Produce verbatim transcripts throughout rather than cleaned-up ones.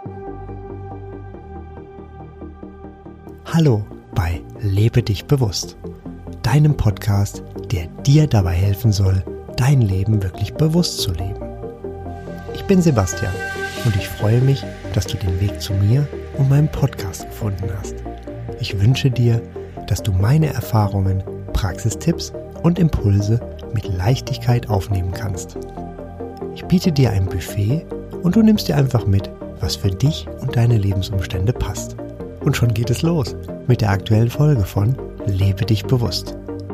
Hallo bei Lebe dich bewusst, deinem Podcast, der dir dabei helfen soll, dein Leben wirklich bewusst zu leben. Ich bin Sebastian und ich freue mich, dass du den Weg zu mir und meinem Podcast gefunden hast. Ich wünsche dir, dass du meine Erfahrungen, Praxistipps und Impulse mit Leichtigkeit aufnehmen kannst. Ich biete dir ein Buffet und du nimmst dir einfach mit, was für dich und deine Lebensumstände passt. Und schon geht es los mit der aktuellen Folge von Lebe dich bewusst.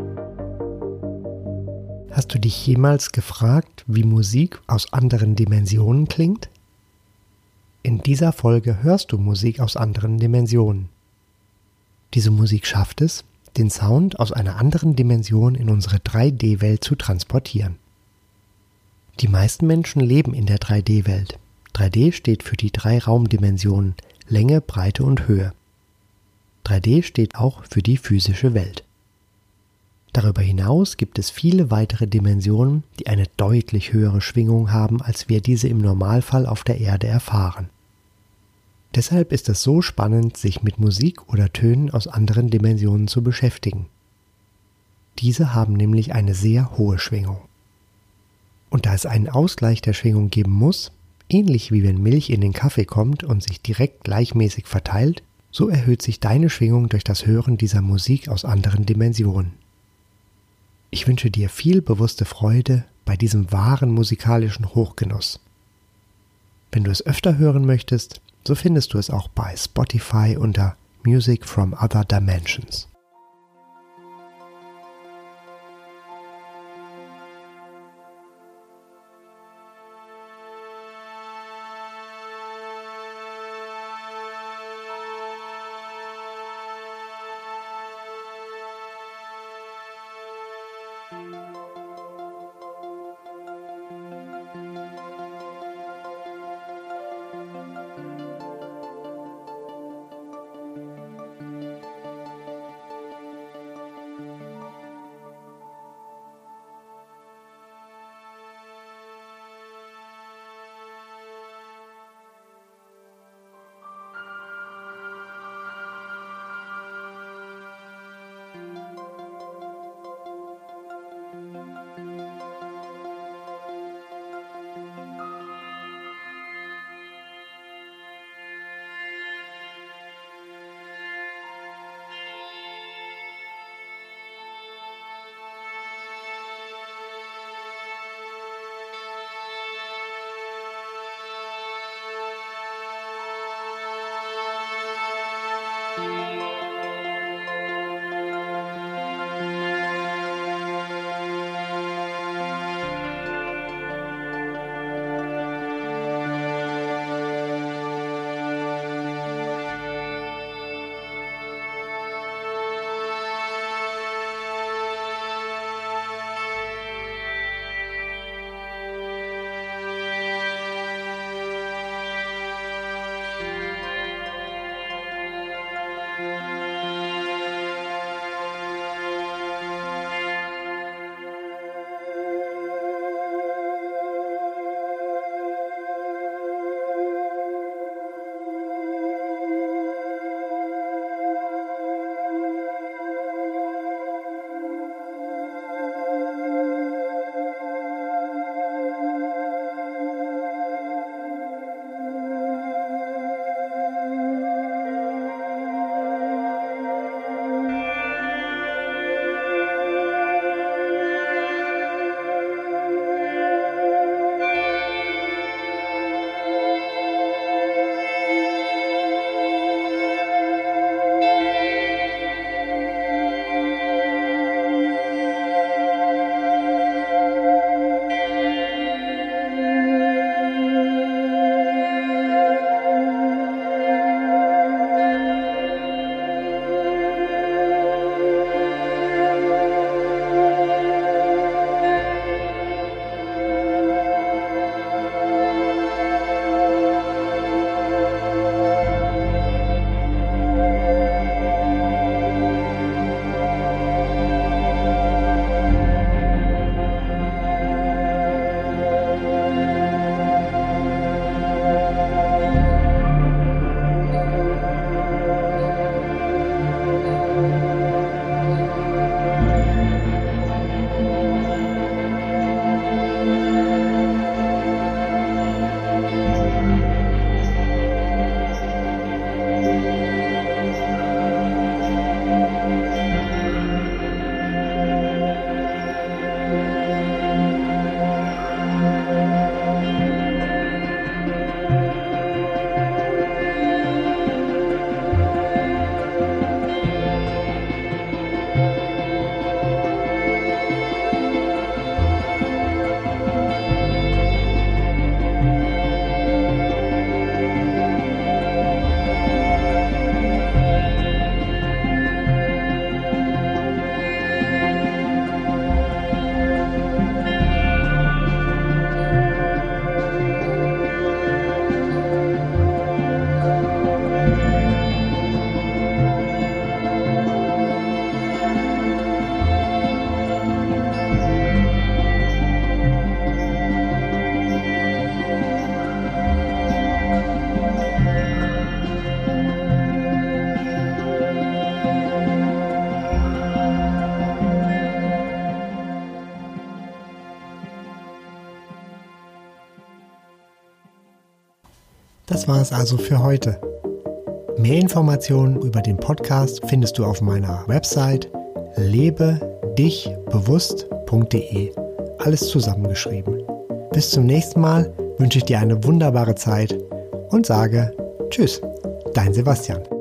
Hast du dich jemals gefragt, wie Musik aus anderen Dimensionen klingt? In dieser Folge hörst du Musik aus anderen Dimensionen. Diese Musik schafft es, den Sound aus einer anderen Dimension in unsere drei D Welt zu transportieren. Die meisten Menschen leben in der drei D Welt. drei D steht für die drei Raumdimensionen Länge, Breite und Höhe. drei D steht auch für die physische Welt. Darüber hinaus gibt es viele weitere Dimensionen, die eine deutlich höhere Schwingung haben, als wir diese im Normalfall auf der Erde erfahren. Deshalb ist es so spannend, sich mit Musik oder Tönen aus anderen Dimensionen zu beschäftigen. Diese haben nämlich eine sehr hohe Schwingung. Und da es einen Ausgleich der Schwingung geben muss, ähnlich wie wenn Milch in den Kaffee kommt und sich direkt gleichmäßig verteilt, so erhöht sich deine Schwingung durch das Hören dieser Musik aus anderen Dimensionen. Ich wünsche dir viel bewusste Freude bei diesem wahren musikalischen Hochgenuss. Wenn du es öfter hören möchtest, so findest du es auch bei Spotify unter Music from Other Dimensions. Das war es also für heute. Mehr Informationen über den Podcast findest du auf meiner Website lebe dich bewusst punkt de. Alles zusammengeschrieben. Bis zum nächsten Mal wünsche ich dir eine wunderbare Zeit und sage Tschüss, dein Sebastian.